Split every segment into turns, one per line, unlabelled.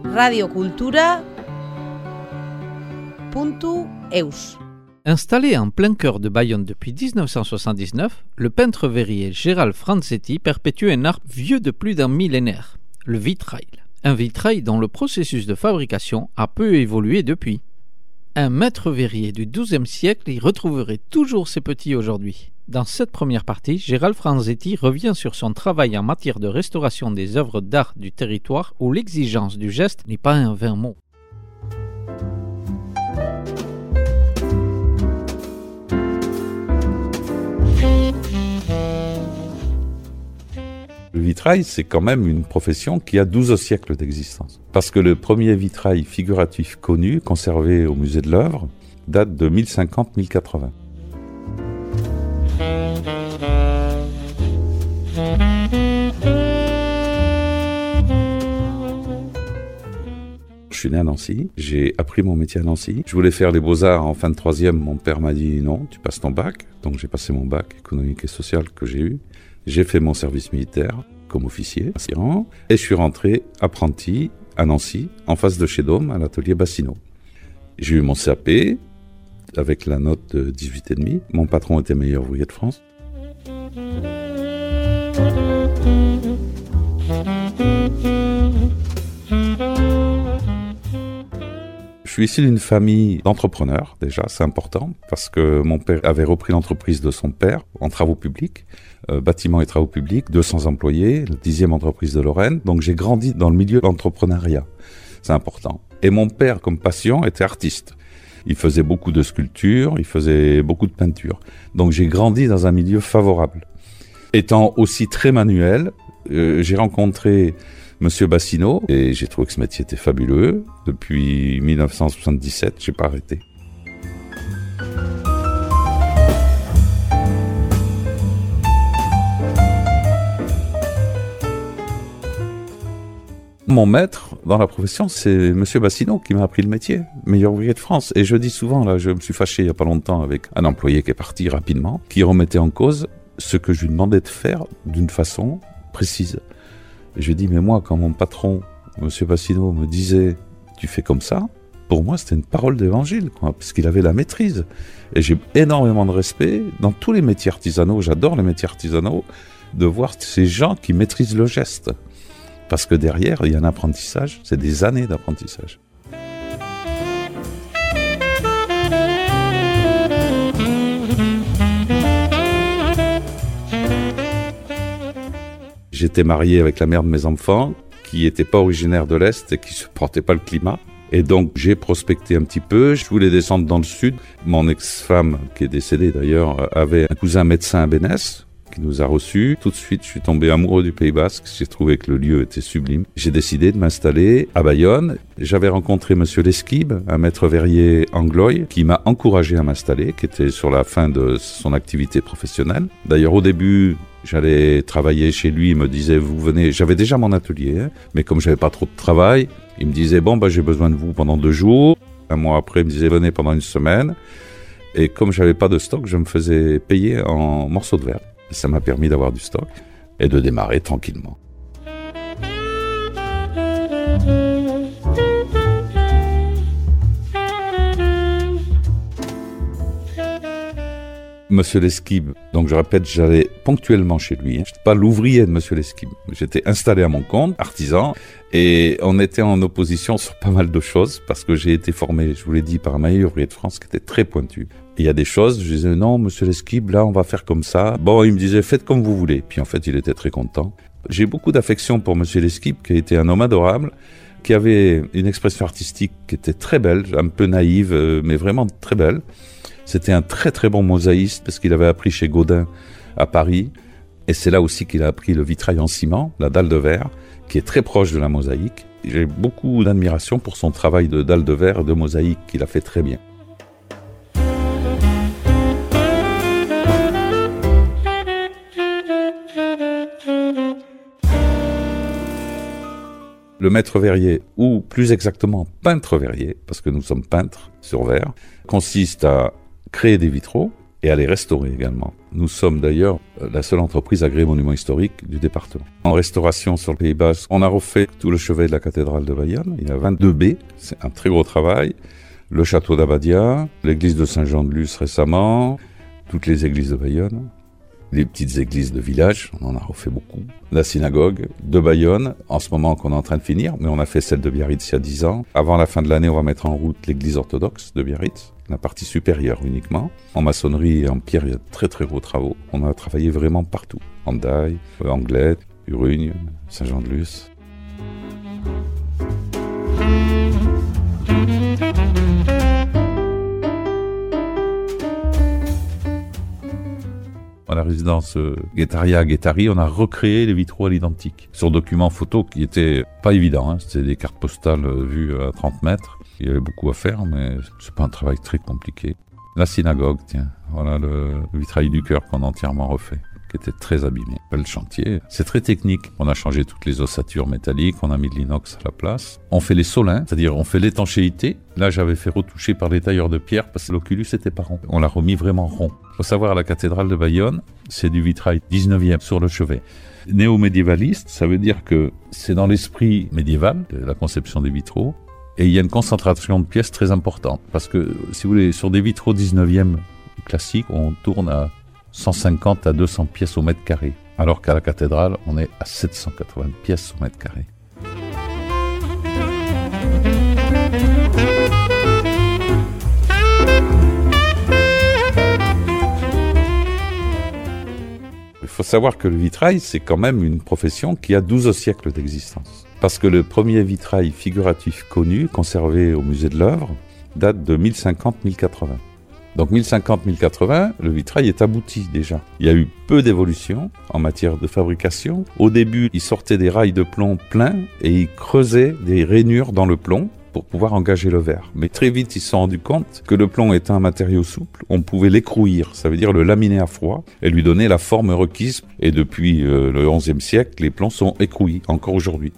radiocultura.eus.
Installé en plein cœur de Bayonne depuis 1979, le peintre verrier Gérald Franzetti perpétue un art vieux de plus d'un millénaire, le vitrail. Un vitrail dont le processus de fabrication a peu évolué depuis. Un maître verrier du XIIe siècle y retrouverait toujours ses petits aujourd'hui. Dans cette première partie, Gérald Franzetti revient sur son travail en matière de restauration des œuvres d'art du territoire où l'exigence du geste n'est pas un vain mot.
Le vitrail, c'est quand même une profession qui a 12 siècles d'existence. Parce que le premier vitrail figuratif connu, conservé au musée de l'œuvre, date de 1050-1080. Je suis né à Nancy, j'ai appris mon métier à Nancy. Je voulais faire les beaux-arts en fin de troisième, mon père m'a dit non, tu passes ton bac. Donc j'ai passé mon bac économique et social que j'ai eu. J'ai fait mon service militaire comme officier et je suis rentré apprenti à Nancy, en face de chez Dôme, à l'atelier Bassino. J'ai eu mon CAP avec la note de 18,5. Mon patron était meilleur ouvrier de France. Je suis issu d'une famille d'entrepreneurs, déjà, c'est important, parce que mon père avait repris l'entreprise de son père en travaux publics, bâtiments et travaux publics, 200 employés, la 10e entreprise de Lorraine, donc j'ai grandi dans le milieu de l'entrepreneuriat, c'est important. Et mon père, comme passion, était artiste. Il faisait beaucoup de sculptures, il faisait beaucoup de peintures, donc j'ai grandi dans un milieu favorable. Étant aussi très manuel, j'ai rencontré Monsieur Bassino, et j'ai trouvé que ce métier était fabuleux. Depuis 1977, j'ai pas arrêté. Mon maître dans la profession, c'est Monsieur Bassino qui m'a appris le métier, meilleur ouvrier de France. Et je dis souvent, là, je me suis fâché il y a pas longtemps avec un employé qui est parti rapidement, qui remettait en cause ce que je lui demandais de faire d'une façon précise. Et je lui ai dit, mais moi, quand mon patron, Monsieur Bassino, me disait « tu fais comme ça », pour moi, c'était une parole d'évangile, quoi, parce qu'il avait la maîtrise. Et j'ai énormément de respect dans tous les métiers artisanaux, j'adore les métiers artisanaux, de voir ces gens qui maîtrisent le geste. Parce que derrière, il y a un apprentissage, c'est des années d'apprentissage. J'étais marié avec la mère de mes enfants, qui n'était pas originaire de l'Est et qui ne supportait pas le climat. Et donc, j'ai prospecté un petit peu. Je voulais descendre dans le sud. Mon ex-femme, qui est décédée d'ailleurs, avait un cousin médecin à Bénès, qui nous a reçus. Tout de suite, je suis tombé amoureux du Pays Basque. J'ai trouvé que le lieu était sublime. J'ai décidé de m'installer à Bayonne. J'avais rencontré Monsieur Lesquib, un maître verrier anglois, qui m'a encouragé à m'installer, qui était sur la fin de son activité professionnelle. D'ailleurs, au début, j'allais travailler chez lui, il me disait, vous venez, j'avais déjà mon atelier, mais comme j'avais pas trop de travail, il me disait, bon, j'ai besoin de vous pendant 2 jours. Un mois après, il me disait, venez pendant 1 semaine. Et comme j'avais pas de stock, je me faisais payer en morceaux de verre. Et ça m'a permis d'avoir du stock et de démarrer tranquillement. Monsieur Lesquib, donc je répète, j'allais ponctuellement chez lui. Je n'étais pas l'ouvrier de Monsieur Lesquib. J'étais installé à mon compte, artisan, et on était en opposition sur pas mal de choses parce que j'ai été formé, je vous l'ai dit, par un meilleur ouvrier de France qui était très pointu. Et il y a des choses, je disais non, Monsieur Lesquib, là on va faire comme ça. Bon, il me disait faites comme vous voulez. Puis en fait, il était très content. J'ai beaucoup d'affection pour Monsieur Lesquib, qui a été un homme adorable, qui avait une expression artistique qui était très belle, un peu naïve, mais vraiment très belle. C'était un très très bon mosaïste parce qu'il avait appris chez Gaudin à Paris. Et c'est là aussi qu'il a appris le vitrail en ciment, la dalle de verre, qui est très proche de la mosaïque. J'ai beaucoup d'admiration pour son travail de dalle de verre et de mosaïque qu'il a fait très bien. Le maître verrier, ou plus exactement peintre verrier, parce que nous sommes peintres sur verre, consiste à créer des vitraux et à les restaurer également. Nous sommes d'ailleurs la seule entreprise agréée monument historique du département. En restauration sur le Pays Basque, on a refait tout le chevet de la cathédrale de Bayonne. Il y a 22 baies, c'est un très gros travail. Le château d'Abadia, l'église de Saint-Jean-de-Luz récemment, toutes les églises de Bayonne, les petites églises de village, on en a refait beaucoup. La synagogue de Bayonne, en ce moment qu'on est en train de finir, mais on a fait celle de Biarritz il y a 10 ans. Avant la fin de l'année, on va mettre en route l'église orthodoxe de Biarritz, la partie supérieure uniquement. En maçonnerie et en pierre, il y a de très très gros travaux. On a travaillé vraiment partout. Hendaye, Anglette, Urugne, Saint-Jean-de-Luz. À la résidence Guettaria à Guettari, on a recréé les vitraux à l'identique sur documents photos qui étaient pas évidents. C'était des cartes postales vues à 30 mètres. Il y avait beaucoup à faire, mais c'est pas un travail très compliqué. La synagogue, tiens, voilà le vitrail du chœur qu'on a entièrement refait, qui était très abîmé. Le chantier, c'est très technique. On a changé toutes les ossatures métalliques, on a mis de l'inox à la place. On fait les solins, c'est-à-dire on fait l'étanchéité. Là, j'avais fait retoucher par les tailleurs de pierre parce que l'oculus était pas rond. On l'a remis vraiment rond. Faut savoir, à la cathédrale de Bayonne, c'est du vitrail 19e sur le chevet. Néo-médiévaliste, ça veut dire que c'est dans l'esprit médiéval de la conception des vitraux. Et il y a une concentration de pièces très importante. Parce que, si vous voulez, sur des vitraux 19e classiques, on tourne à 150 à 200 pièces au mètre carré. Alors qu'à la cathédrale, on est à 780 pièces au mètre carré. Il faut savoir que le vitrail, c'est quand même une profession qui a 12 siècles d'existence. Parce que le premier vitrail figuratif connu, conservé au musée de l'œuvre, date de 1050-1080. Donc 1050-1080, le vitrail est abouti déjà. Il y a eu peu d'évolution en matière de fabrication. Au début, ils sortaient des rails de plomb pleins et ils creusaient des rainures dans le plomb pour pouvoir engager le verre. Mais très vite, ils se sont rendus compte que le plomb étant un matériau souple, on pouvait l'écrouir, ça veut dire le laminer à froid et lui donner la forme requise. Et depuis le XIe siècle, les plombs sont écrouis, encore aujourd'hui.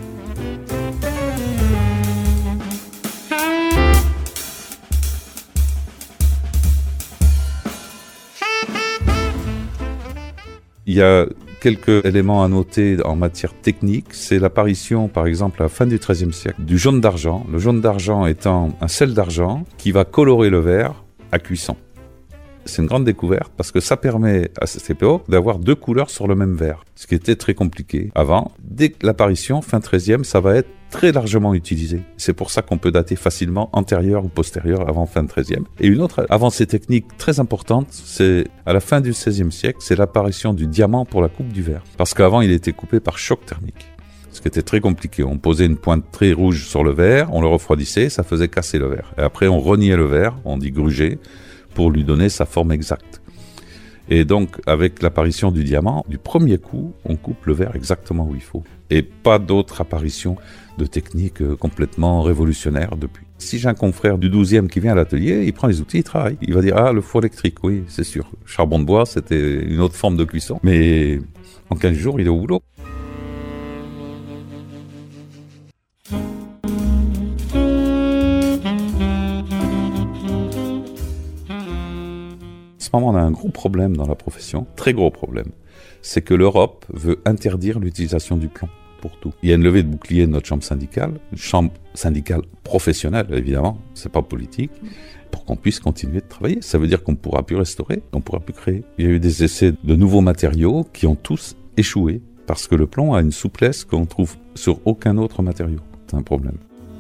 Il y a quelques éléments à noter en matière technique. C'est l'apparition, par exemple, à la fin du XIIIe siècle, du jaune d'argent. Le jaune d'argent étant un sel d'argent qui va colorer le verre à cuisson. C'est une grande découverte parce que ça permet à cette époque d'avoir deux couleurs sur le même verre, ce qui était très compliqué avant. Dès l'apparition, fin XIIIe, ça va être très largement utilisé. C'est pour ça qu'on peut dater facilement antérieur ou postérieur avant fin XIIIe. Et une autre avancée technique très importante, c'est à la fin du XVIe siècle, c'est l'apparition du diamant pour la coupe du verre. Parce qu'avant, il était coupé par choc thermique. Ce qui était très compliqué. On posait une pointe très rouge sur le verre, on le refroidissait, ça faisait casser le verre. Et après, on reniait le verre, on dit gruger, pour lui donner sa forme exacte. Et donc, avec l'apparition du diamant, du premier coup, on coupe le verre exactement où il faut. Et pas d'autre apparition de technique complètement révolutionnaire depuis. Si j'ai un confrère du 12e qui vient à l'atelier, il prend les outils, il travaille. Il va dire, ah, le four électrique, oui, c'est sûr. Charbon de bois, c'était une autre forme de cuisson. Mais en 15 jours, il est au boulot. En ce moment, on a un gros problème dans la profession, très gros problème. C'est que l'Europe veut interdire l'utilisation du plomb pour tout. Il y a une levée de bouclier de notre chambre syndicale, une chambre syndicale professionnelle, évidemment, c'est pas politique, pour qu'on puisse continuer de travailler. Ça veut dire qu'on ne pourra plus restaurer, qu'on ne pourra plus créer. Il y a eu des essais de nouveaux matériaux qui ont tous échoué, parce que le plomb a une souplesse qu'on trouve sur aucun autre matériau. C'est un problème.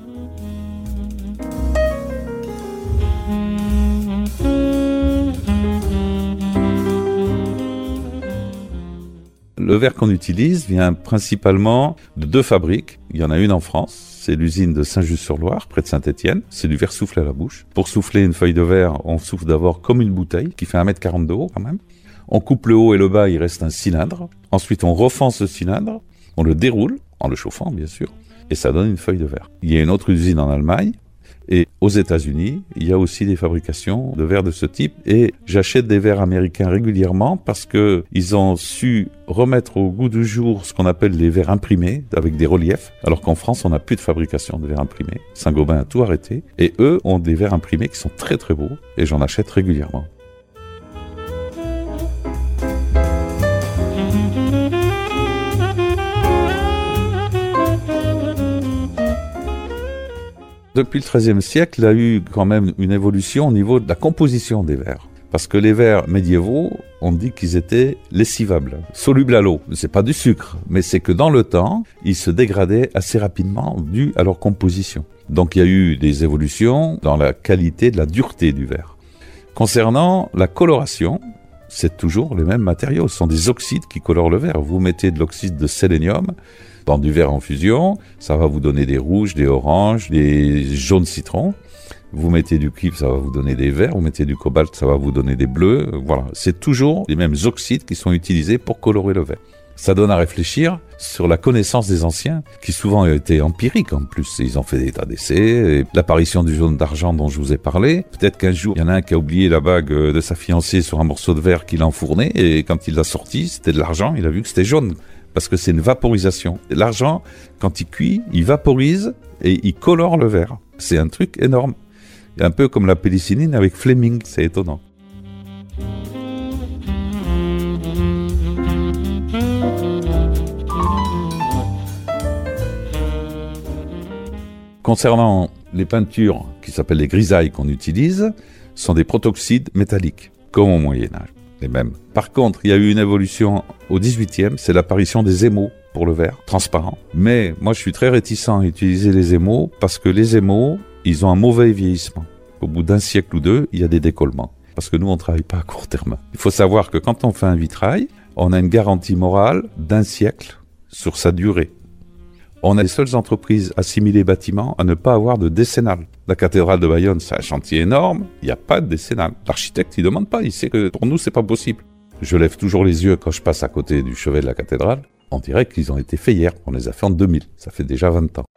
Le verre qu'on utilise vient principalement de deux fabriques. Il y en a une en France, c'est l'usine de Saint-Just-sur-Loire, près de Saint-Étienne. C'est du verre soufflé à la bouche. Pour souffler une feuille de verre, on souffle d'abord comme une bouteille, qui fait 1,40 m de haut quand même. On coupe le haut et le bas, il reste un cylindre. Ensuite, on refend ce cylindre, on le déroule, en le chauffant bien sûr, et ça donne une feuille de verre. Il y a une autre usine en Allemagne, et aux États-Unis, il y a aussi des fabrications de verres de ce type. Et j'achète des verres américains régulièrement parce que ils ont su remettre au goût du jour ce qu'on appelle les verres imprimés avec des reliefs. Alors qu'en France, on n'a plus de fabrication de verres imprimés. Saint-Gobain a tout arrêté. Et eux ont des verres imprimés qui sont très très beaux. Et j'en achète régulièrement. Depuis le XIIIe siècle, il y a eu quand même une évolution au niveau de la composition des verres. Parce que les verres médiévaux, on dit qu'ils étaient lessivables, solubles à l'eau. C'est pas du sucre, mais c'est que dans le temps, ils se dégradaient assez rapidement dû à leur composition. Donc il y a eu des évolutions dans la qualité de la dureté du verre. Concernant la coloration, c'est toujours les mêmes matériaux. Ce sont des oxydes qui colorent le verre. Vous mettez de l'oxyde de sélénium dans du verre en fusion, ça va vous donner des rouges, des oranges, des jaunes citrons. Vous mettez du cuivre, ça va vous donner des verts. Vous mettez du cobalt, ça va vous donner des bleus. Voilà, c'est toujours les mêmes oxydes qui sont utilisés pour colorer le verre. Ça donne à réfléchir sur la connaissance des anciens, qui souvent étaient empiriques en plus. Ils ont fait des tas d'essais. Et l'apparition du jaune d'argent dont je vous ai parlé. Peut-être qu'un jour, il y en a un qui a oublié la bague de sa fiancée sur un morceau de verre qu'il a enfourné. Et quand il l'a sorti, c'était de l'argent. Il a vu que c'était jaune. Parce que c'est une vaporisation. Et l'argent, quand il cuit, il vaporise et il colore le verre. C'est un truc énorme. Un peu comme la pénicilline avec Fleming, c'est étonnant. Concernant les peintures qui s'appellent les grisailles qu'on utilise, sont des protoxydes métalliques, comme au Moyen-Âge, les mêmes. Par contre, il y a eu une évolution au XVIIIe, c'est l'apparition des émaux pour le verre, transparent. Mais moi, je suis très réticent à utiliser les émaux parce que les émaux, ils ont un mauvais vieillissement. Au bout d'un siècle ou deux, il y a des décollements. Parce que nous, on ne travaille pas à court terme. Il faut savoir que quand on fait un vitrail, on a une garantie morale d'1 siècle sur sa durée. On est les seules entreprises assimilées bâtiments à ne pas avoir de décennale. La cathédrale de Bayonne, c'est un chantier énorme, il n'y a pas de décennale. L'architecte, il demande pas, il sait que pour nous, c'est pas possible. Je lève toujours les yeux quand je passe à côté du chevet de la cathédrale. On dirait qu'ils ont été faits hier, on les a fait en 2000, ça fait déjà 20 ans.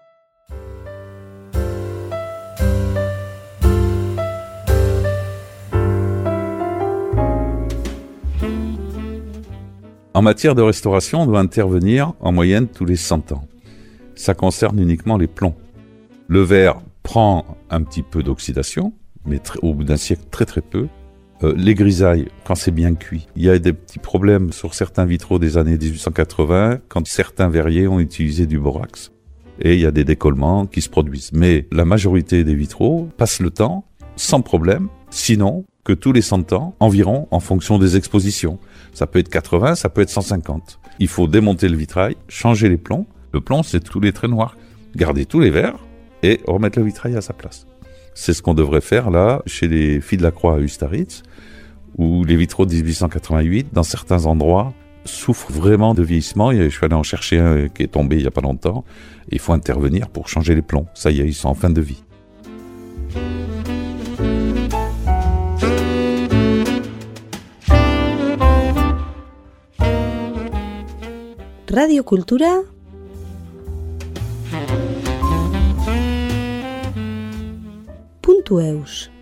En matière de restauration, on doit intervenir en moyenne tous les 100 ans. Ça concerne uniquement les plombs. Le verre prend un petit peu d'oxydation, mais au bout d'un siècle, très très peu. Les grisailles, quand c'est bien cuit, il y a des petits problèmes sur certains vitraux des années 1880, quand certains verriers ont utilisé du borax. Et il y a des décollements qui se produisent. Mais la majorité des vitraux passent le temps sans problème, sinon que tous les 100 ans, environ, en fonction des expositions. Ça peut être 80, ça peut être 150. Il faut démonter le vitrail, changer les plombs. Le plomb, c'est tous les traits noirs. Garder tous les verres et remettre le vitrail à sa place. C'est ce qu'on devrait faire là, chez les Filles de la Croix à Ustaritz, où les vitraux de 1888, dans certains endroits, souffrent vraiment de vieillissement. Je suis allé en chercher un qui est tombé il n'y a pas longtemps. Et il faut intervenir pour changer les plombs. Ça y est, ils sont en fin de vie.
Radio Cultura .eus